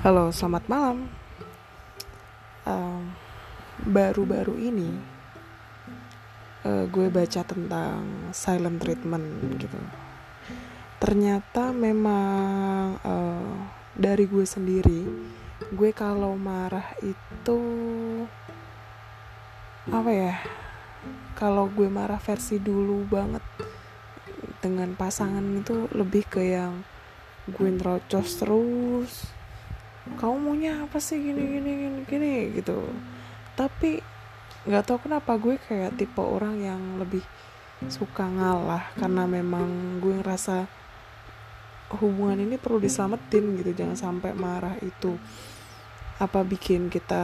Halo, selamat malam. Em, Baru-baru ini gue baca tentang silent treatment gitu. Ternyata memang dari gue sendiri, gue kalau marah itu apa ya? Kalau gue marah versi dulu banget dengan pasangan itu lebih ke yang gue nerocos terus. Kamu maunya apa sih gini gini gini gini gitu. Tapi nggak tahu kenapa gue kayak tipe orang yang lebih suka ngalah karena memang gue ngerasa hubungan ini perlu diselamatin gitu, jangan sampai marah itu apa bikin kita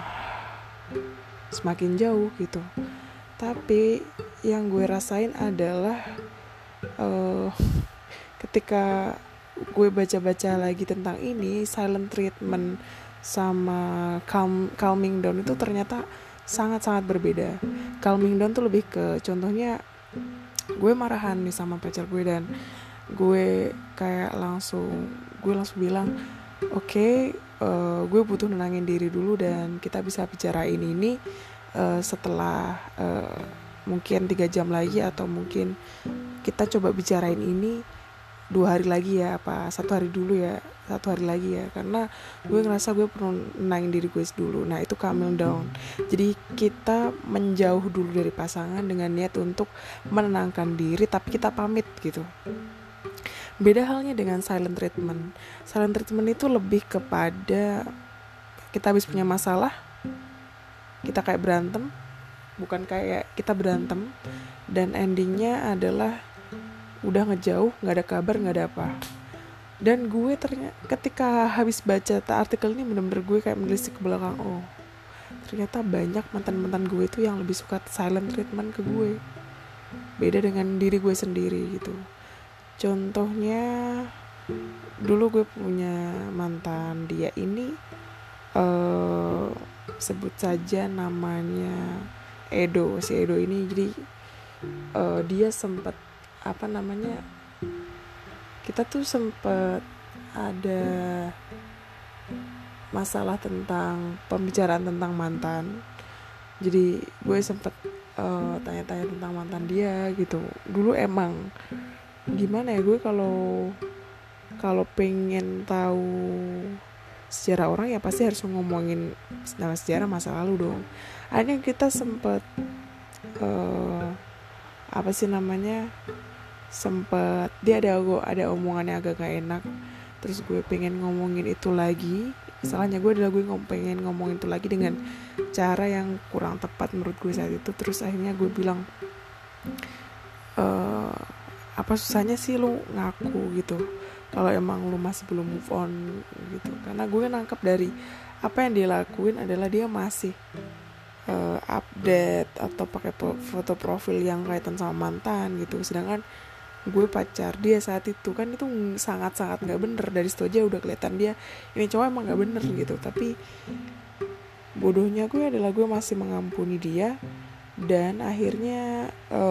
semakin jauh gitu. Tapi yang gue rasain adalah uh, ketika gue baca-baca lagi tentang ini silent treatment sama calming down itu ternyata sangat-sangat berbeda. Calming down tuh lebih ke contohnya gue marahan nih sama pacar gue dan gue kayak langsung bilang oke, gue butuh nenangin diri dulu dan kita bisa bicarain ini setelah mungkin 3 jam lagi, atau mungkin kita coba bicarain ini 2 hari lagi ya, apa 1 hari dulu ya, 1 hari lagi ya, karena gue ngerasa gue perlu nenangin diri gue dulu. Nah itu calming down. Jadi kita menjauh dulu dari pasangan dengan niat untuk menenangkan diri, tapi kita pamit gitu. Beda halnya dengan silent treatment. Silent treatment itu lebih kepada kita habis punya masalah, kita kayak berantem, bukan kayak kita berantem dan endingnya adalah udah ngejauh, nggak ada kabar, nggak ada apa. Dan gue ternyata ketika habis baca artikel ini bener-bener gue kayak menelisik ke belakang, oh ternyata banyak mantan-mantan gue itu yang lebih suka silent treatment ke gue, beda dengan diri gue sendiri gitu. Contohnya dulu gue punya mantan, dia ini uh, sebut saja namanya Edo. Si Edo ini jadi dia sempat apa namanya, kita tuh sempat ada masalah tentang pembicaraan tentang mantan. Jadi gue sempet tanya-tanya tentang mantan dia gitu. Dulu emang gimana ya, gue kalau kalau pengen tahu sejarah orang ya pasti harus ngomongin nama sejarah masa lalu dong. Akhirnya kita sempet uh, apa sih namanya, sempet dia ada omongannya agak gak enak, terus gue pengen ngomongin itu lagi. Salahnya gue adalah gue pengen ngomongin itu lagi dengan cara yang kurang tepat menurut gue saat itu. Terus akhirnya gue bilang, eh apa susahnya sih lu ngaku gitu kalau emang lu masih belum move on gitu. Karena gue nangkep dari apa yang dia lakuin adalah dia masih update atau pakai foto profil yang kaitan sama mantan gitu, sedangkan gue pacar dia saat itu. Kan itu sangat-sangat nggak bener, dari situ aja udah kelihatan dia ini cowok emang nggak bener gitu. Tapi bodohnya gue adalah gue masih mengampuni dia, dan akhirnya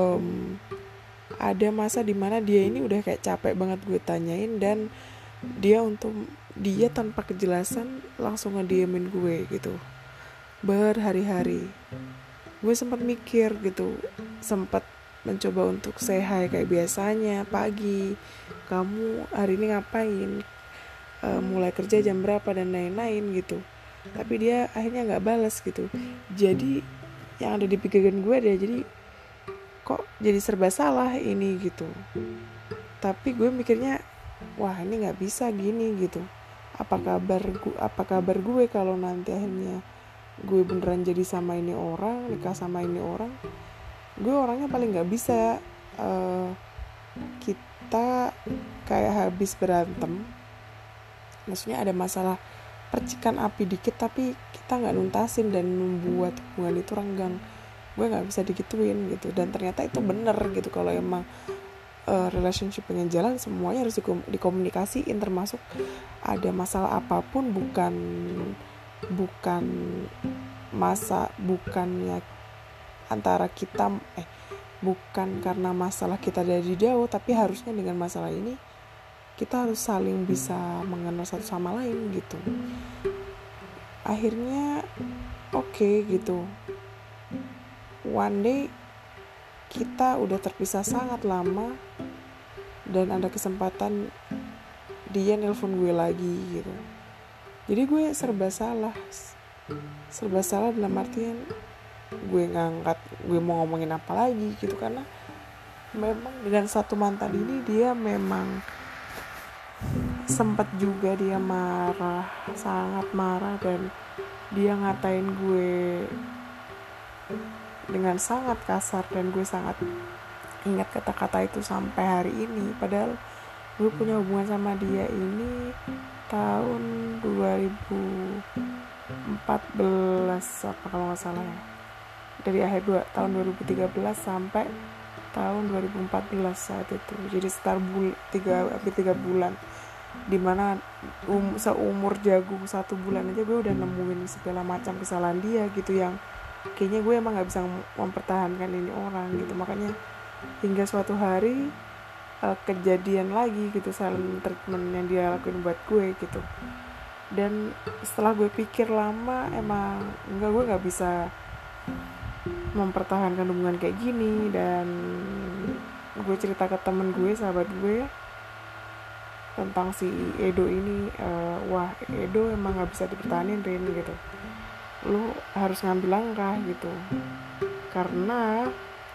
ada masa dimana dia ini udah kayak capek banget gue tanyain, dan dia tanpa kejelasan langsung ngediemin gue gitu berhari-hari. Gue sempat mikir gitu, sempat mencoba untuk say hi kayak biasanya, pagi kamu hari ini ngapain, mulai kerja jam berapa dan lain-lain gitu. Tapi dia akhirnya nggak balas gitu. Jadi yang ada di pikiran gue ada, jadi kok jadi serba salah ini gitu. Tapi gue mikirnya wah ini nggak bisa gini gitu. Apa kabar gue kalau nanti akhirnya gue beneran jadi sama ini orang, nikah sama ini orang. Gue orangnya paling nggak bisa kita kayak habis berantem, maksudnya ada masalah percikan api dikit tapi kita nggak nuntasin dan membuat hubungan itu renggang. Gue nggak bisa digituin gitu. Dan ternyata itu bener gitu, kalau emang relationship pengen jalan semuanya harus dikomunikasiin, termasuk ada masalah apapun, bukan bukannya antara kita bukan karena masalah kita dari jauh, tapi harusnya dengan masalah ini kita harus saling bisa mengenal satu sama lain gitu. Akhirnya oke gitu, one day kita udah terpisah sangat lama dan ada kesempatan dia nelpon gue lagi gitu. Jadi gue serba salah dalam artian gue ngangkat, gue mau ngomongin apa lagi gitu, karena memang dengan satu mantan ini dia memang sempat juga dia marah, sangat marah, dan dia ngatain gue dengan sangat kasar, dan gue sangat ingat kata-kata itu sampai hari ini. Padahal gue punya hubungan sama dia ini tahun 2014 apa kalau nggak salah ya, dari akhir tahun 2013 sampai tahun 2014 saat itu. Jadi sekitar 3 bulan, dimana seumur jagung 1 bulan aja gue udah nemuin segala macam kesalahan dia gitu, yang kayaknya gue emang gak bisa mempertahankan ini orang gitu. Makanya hingga suatu hari kejadian lagi gitu, silent treatment yang dia lakuin buat gue gitu. Dan setelah gue pikir lama, emang enggak, gue gak bisa mempertahankan hubungan kayak gini. Dan gue cerita ke temen gue, sahabat gue, tentang si Edo ini. Wah, Edo emang gak bisa dipertahanin, Rin gitu, lu harus ngambil langkah gitu. Karena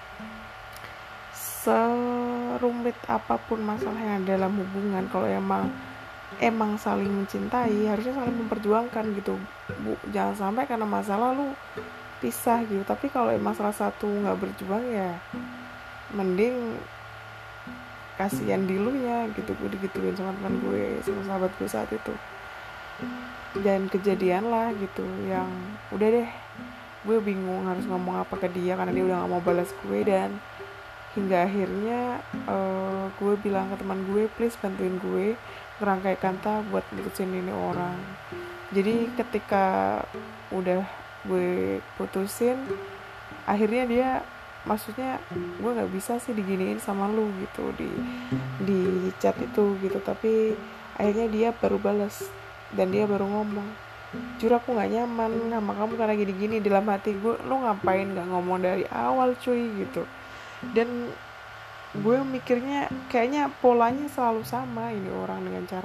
serumit apapun masalah yang ada dalam hubungan, kalau emang saling mencintai, harusnya saling memperjuangkan gitu. Jangan sampai karena masalah lu pisah gitu. Tapi kalau emang salah satu nggak berjuang, ya mending kasihan dilunya gitu. Gue digituin sama teman gue, sama sahabat gue saat itu. Dan kejadian lah gitu, yang udah deh, gue bingung harus ngomong apa ke dia karena dia udah gak mau balas gue. Dan hingga akhirnya gue bilang ke teman gue, please bantuin gue ngerangkai kata buat putusin ini orang. Jadi ketika udah gue putusin, akhirnya dia, maksudnya gue nggak bisa sih diginiin sama lu gitu di chat itu gitu. Tapi akhirnya dia baru balas, dan dia baru ngomong, jujur aku nggak nyaman sama kamu karena gini-gini. Dalam hati gue, lu ngapain nggak ngomong dari awal cuy gitu. Dan gue mikirnya kayaknya polanya selalu sama ini orang, dengan cara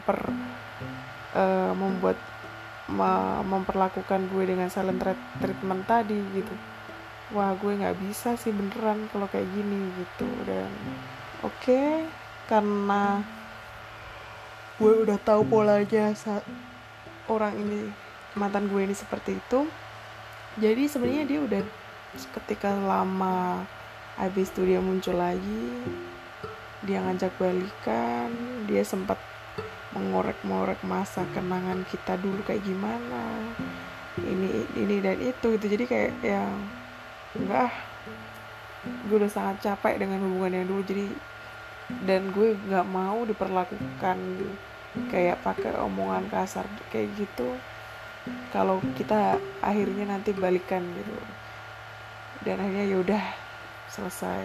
memperlakukan gue dengan silent treatment tadi gitu. Wah, gue nggak bisa sih beneran kalau kayak gini gitu. Dan oke, karena gue udah tahu polanya orang ini, mantan gue ini seperti itu. Jadi sebenarnya dia udah, ketika lama habis itu dia muncul lagi, dia ngajak balikan, dia sempat mengorek masa kenangan kita dulu kayak gimana, ini dan itu gitu. Jadi kayak yang enggak, gue udah sangat capek dengan hubungan yang dulu. Jadi, dan gue nggak mau diperlakukan kayak pakai omongan kasar kayak gitu kalau kita akhirnya nanti balikan gitu. Dan akhirnya yaudah, selesai.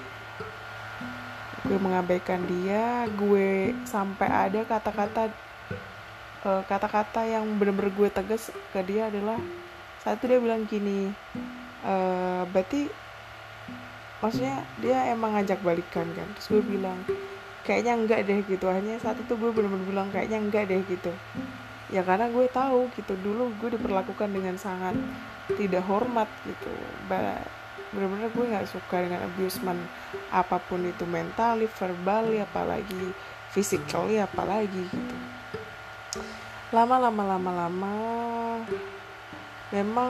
Gue mengabaikan dia. Gue sampai ada kata-kata yang benar-benar gue tegas ke dia adalah, saat itu dia bilang gini, berarti maksudnya dia emang ngajak balikan kan. Terus gue bilang kayaknya enggak deh gitu. Akhirnya saat itu gue benar-benar bilang kayaknya enggak deh gitu. Ya karena gue tahu gitu, dulu gue diperlakukan dengan sangat tidak hormat gitu. Benar-benar gue nggak suka dengan abusement apapun itu, mentally, verbally, apalagi physically, apalagi gitu. Lama memang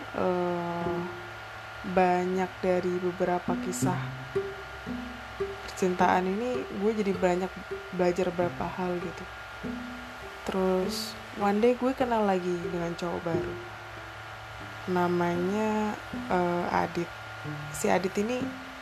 banyak dari beberapa kisah percintaan ini gue jadi banyak belajar beberapa hal gitu. Terus one day gue kenal lagi dengan cowok baru, namanya Adit. Si Adit ini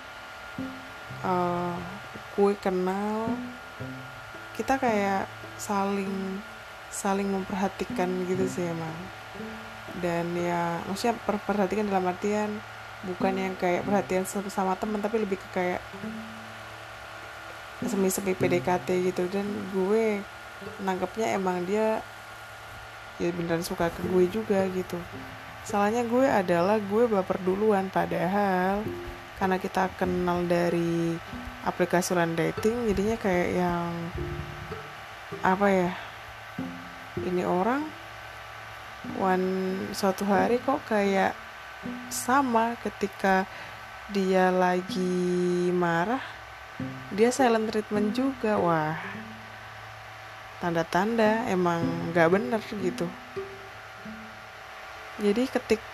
gue kenal, kita kayak saling memperhatikan gitu sih emang. Dan ya maksudnya perhatikan dalam artian bukan yang kayak perhatian sama teman, tapi lebih ke kayak semi-semi PDKT gitu, dan gue nangkepnya emang dia ya beneran suka ke gue juga gitu. Salahnya gue adalah gue baper duluan, padahal karena kita kenal dari aplikasi online dating, jadinya kayak yang apa ya, ini orang suatu hari kok kayak sama, ketika dia lagi marah dia silent treatment juga. Wah, tanda-tanda emang gak bener gitu. Jadi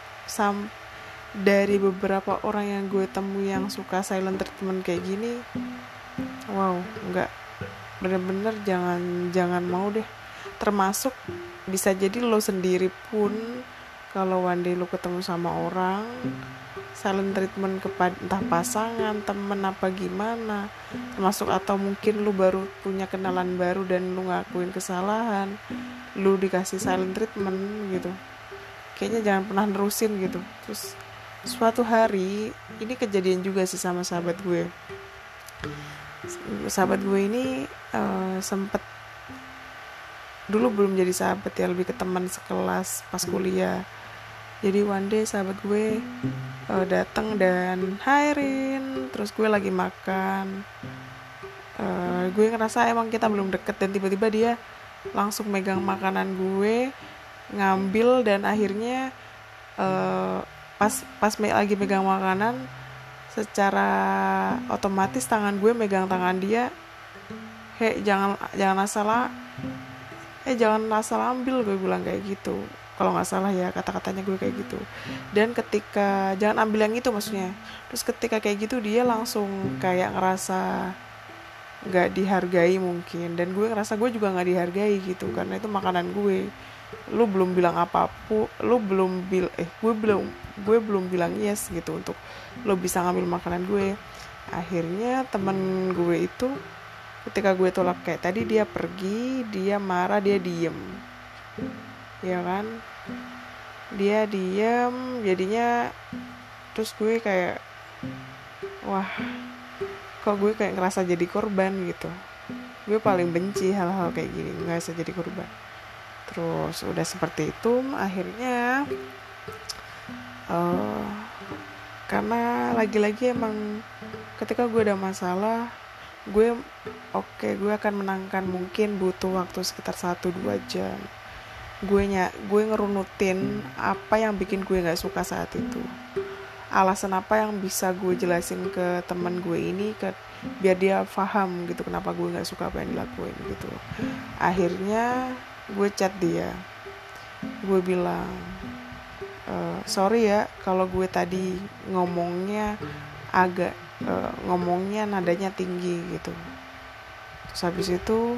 dari beberapa orang yang gue temui yang suka silent treatment kayak gini, wow, nggak, bener-bener jangan mau deh. Termasuk bisa jadi lo sendiri pun kalau one day lo ketemu sama orang silent treatment kepada entah pasangan, temen apa gimana, termasuk atau mungkin lu baru punya kenalan baru dan lu ngakuin kesalahan, lu dikasih silent treatment gitu, kayaknya jangan pernah nerusin gitu. Terus suatu hari ini kejadian juga sih sama sahabat gue ini sempet, dulu belum jadi sahabat ya, lebih ke teman sekelas pas kuliah. Jadi one day sahabat gue datang dan hai Rin, terus gue lagi makan, gue ngerasa emang kita belum deket, dan tiba-tiba dia langsung megang makanan gue, ngambil, dan akhirnya pas lagi megang makanan, secara otomatis tangan gue megang tangan dia. Jangan asal ambil, gue bilang kayak gitu, kalau nggak salah ya kata-katanya gue kayak gitu. Dan ketika jangan ambil yang itu maksudnya, terus ketika kayak gitu dia langsung kayak ngerasa nggak dihargai mungkin, dan gue ngerasa gue juga nggak dihargai gitu, karena itu makanan gue. Lu belum bilang apapun, gue belum bilang yes gitu untuk lu bisa ngambil makanan gue. Akhirnya temen gue itu ketika gue tolak kayak tadi, dia pergi, dia marah, dia diem, ya kan, dia diem, jadinya terus gue kayak wah, kok gue kayak ngerasa jadi korban gitu. Gue paling benci hal-hal kayak gini, ngerasa jadi korban. Terus udah seperti itu, akhirnya karena lagi-lagi emang ketika gue ada masalah, gue akan menangkan, mungkin butuh waktu sekitar 1-2 jam. Gue ngerunutin apa yang bikin gue gak suka saat itu, alasan apa yang bisa gue jelasin ke teman gue ini, biar dia paham gitu kenapa gue gak suka apa yang dilakuin gitu. Akhirnya gue chat dia, gue bilang sorry ya kalau gue tadi ngomongnya nadanya tinggi gitu. Terus habis itu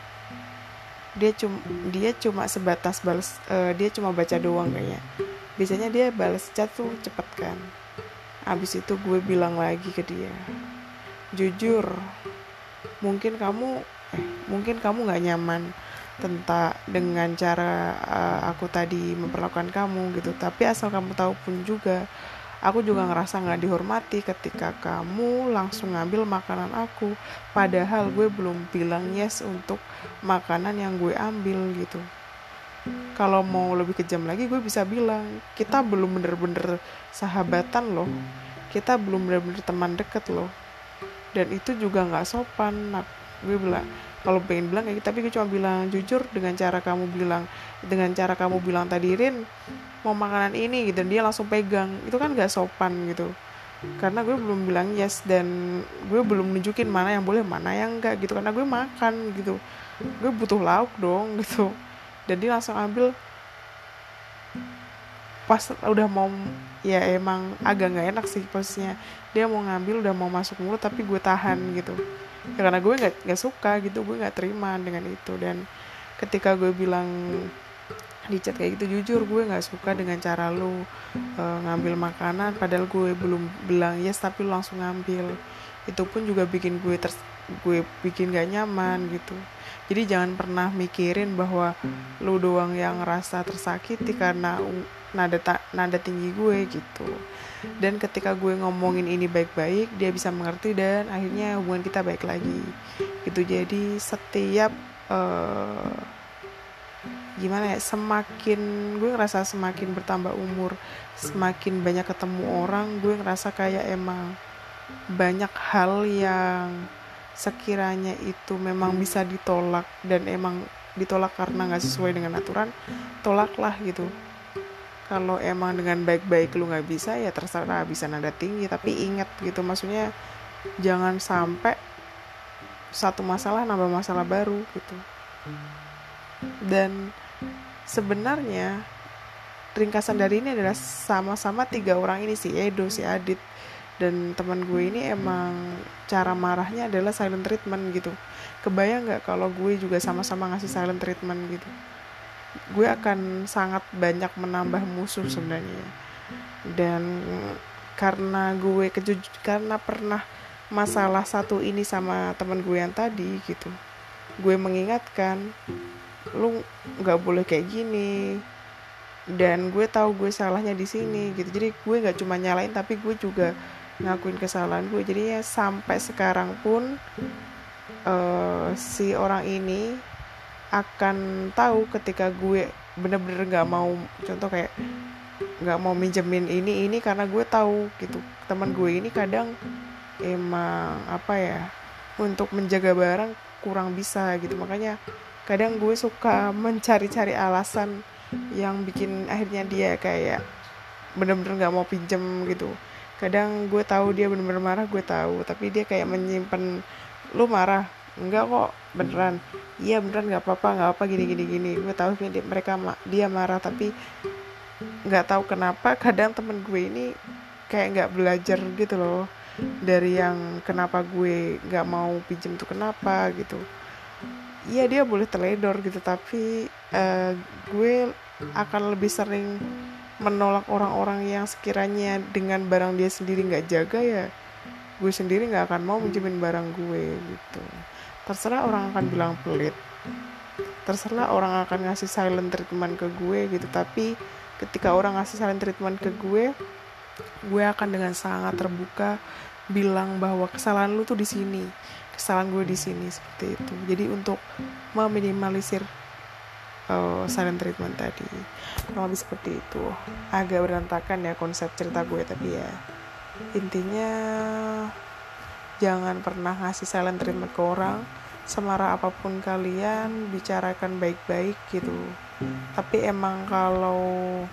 dia cuma sebatas balas, dia cuma baca doang kayaknya. Biasanya dia balas chat tuh cepet kan. Habis itu gue bilang lagi ke dia, jujur, mungkin kamu nggak nyaman dengan cara aku tadi memperlakukan kamu gitu, tapi asal kamu tahu pun juga, aku juga ngerasa gak dihormati ketika kamu langsung ngambil makanan aku, padahal gue belum bilang yes untuk makanan yang gue ambil gitu. Kalau mau lebih kejam lagi, gue bisa bilang kita belum bener-bener sahabatan loh, kita belum bener-bener teman deket loh, dan itu juga gak sopan. Nah, gue bilang kalau pengen bilang kayak gitu, tapi gue cuma bilang jujur, dengan cara kamu bilang tadi, Rin mau makanan ini gitu, dan dia langsung pegang, itu kan gak sopan gitu, karena gue belum bilang yes, dan gue belum nunjukin mana yang boleh mana yang enggak gitu, karena gue makan gitu, gue butuh lauk dong gitu. Dan dia langsung ambil pas udah mau, ya emang agak gak enak sih posisinya, dia mau ngambil udah mau masuk mulut tapi gue tahan gitu ya, karena gue nggak suka gitu, gue nggak terima dengan itu. Dan ketika gue bilang di chat kayak gitu, jujur gue nggak suka dengan cara lu ngambil makanan, padahal gue belum bilang yes tapi lu langsung ngambil, itu pun juga bikin gue bikin gak nyaman gitu. Jadi jangan pernah mikirin bahwa lu doang yang ngerasa tersakiti karena nada tinggi gue gitu. Dan ketika gue ngomongin ini baik-baik, dia bisa mengerti dan akhirnya hubungan kita baik lagi gitu. Jadi setiap gimana ya, semakin gue ngerasa semakin bertambah umur, semakin banyak ketemu orang, gue ngerasa kayak emang banyak hal yang sekiranya itu memang bisa ditolak dan emang ditolak karena nggak sesuai dengan aturan, tolaklah gitu. Kalau emang dengan baik-baik lu nggak bisa, ya terserah, bisa nada tinggi, tapi ingat gitu, maksudnya jangan sampai satu masalah nambah masalah baru gitu. Dan sebenarnya ringkasan dari ini adalah sama-sama 3 orang ini, si Edo, si Adit, dan teman gue ini emang cara marahnya adalah silent treatment gitu. Kebayang nggak kalau gue juga sama-sama ngasih silent treatment gitu? Gue akan sangat banyak menambah musuh sebenarnya. Dan karena pernah masalah satu ini sama teman gue yang tadi gitu, gue mengingatkan, lu nggak boleh kayak gini, dan gue tahu gue salahnya di sini gitu. Jadi gue nggak cuma nyalain, tapi gue juga ngakuin kesalahan gue. Jadinya sampai sekarang pun si orang ini akan tahu ketika gue bener-bener nggak mau, contoh kayak nggak mau minjemin ini karena gue tahu gitu teman gue ini kadang emang apa ya, untuk menjaga barang kurang bisa gitu. Makanya kadang gue suka mencari-cari alasan yang bikin akhirnya dia kayak bener-bener nggak mau pinjem gitu. Kadang gue tahu dia bener-bener marah, gue tahu, tapi dia kayak menyimpan, lu marah enggak kok, beneran, iya beneran, nggak apa gini gini gini. Gue tahu dia marah, tapi nggak tahu kenapa kadang temen gue ini kayak nggak belajar gitu loh dari yang kenapa gue nggak mau pinjem tuh kenapa gitu. Iya dia boleh teledor gitu, tapi gue akan lebih sering menolak orang-orang yang sekiranya dengan barang dia sendiri nggak jaga, ya gue sendiri nggak akan mau minjemin barang gue gitu. Terserah orang akan bilang pelit, terserah orang akan ngasih silent treatment ke gue gitu, tapi ketika orang ngasih silent treatment ke gue akan dengan sangat terbuka bilang bahwa kesalahan lu tuh di sini, kesalahan gue di sini, seperti itu. Jadi untuk meminimalisir silent treatment tadi, kurang lebih seperti itu. Agak berantakan ya konsep cerita gue, tapi ya intinya jangan pernah ngasih silent treatment ke orang. Semarah apapun kalian, bicarakan baik-baik gitu. Tapi emang kalau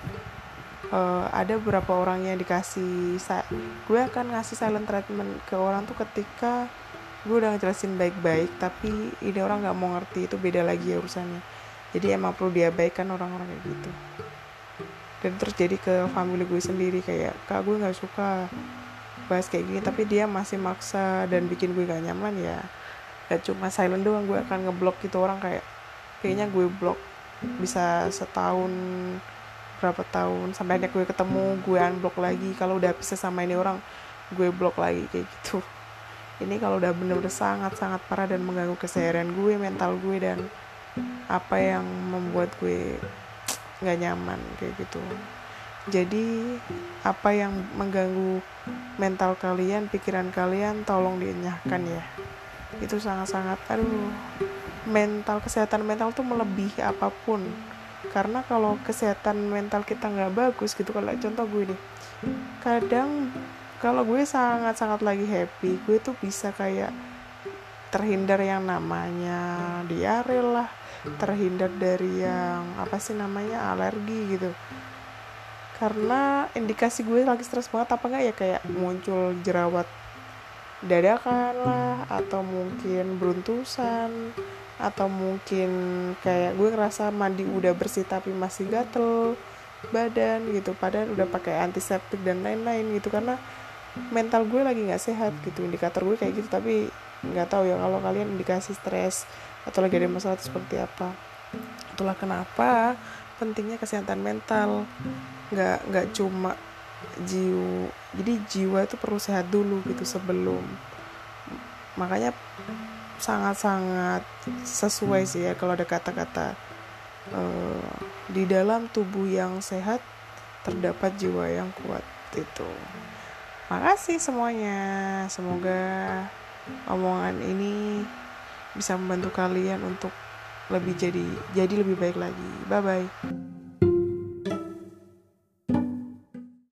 ada beberapa orang yang gue akan ngasih silent treatment ke orang tuh ketika gue udah ngejelasin baik-baik, tapi ini orang nggak mau ngerti, itu beda lagi ya urusannya. Jadi emang perlu diabaikan orang-orang kayak gitu. Dan terus jadi ke family gue sendiri kayak, kak gue nggak suka bahas kayak gini, tapi dia masih maksa dan bikin gue gak nyaman, ya gak cuma silent doang, gue akan ngeblok gitu orang. Kayaknya gue blok bisa setahun, berapa tahun, sampai akhirnya gue ketemu, gue unblock lagi. Kalau udah bisa sama ini orang, gue blok lagi kayak gitu. Ini kalau udah bener-bener sangat-sangat parah dan mengganggu keseharian gue, mental gue, dan apa yang membuat gue gak nyaman kayak gitu. Jadi apa yang mengganggu mental kalian, pikiran kalian, tolong dienyahkan ya. Itu sangat-sangat, kesehatan mental tuh melebihi apapun. Karena kalau kesehatan mental kita gak bagus gitu, kalau contoh gue nih, kadang kalau gue sangat-sangat lagi happy, gue tuh bisa kayak terhindar yang namanya diare lah, terhindar dari yang alergi gitu. Karena indikasi gue lagi stres banget apa enggak ya, kayak muncul jerawat dadakan lah, atau mungkin beruntusan, atau mungkin kayak gue ngerasa mandi udah bersih tapi masih gatel badan gitu, padahal udah pakai antiseptik dan lain-lain gitu. Karena mental gue lagi nggak sehat gitu, indikator gue kayak gitu. Tapi nggak tahu ya kalau kalian indikasi stres atau lagi ada masalah itu seperti apa. Itulah kenapa pentingnya kesehatan mental, nggak cuma jiwa. Jadi jiwa itu perlu sehat dulu gitu sebelum. Makanya sangat-sangat sesuai sih ya kalau ada kata-kata di dalam tubuh yang sehat terdapat jiwa yang kuat. gitu. Makasih semuanya, semoga omongan ini bisa membantu kalian untuk lebih jadi lebih baik lagi. Bye bye.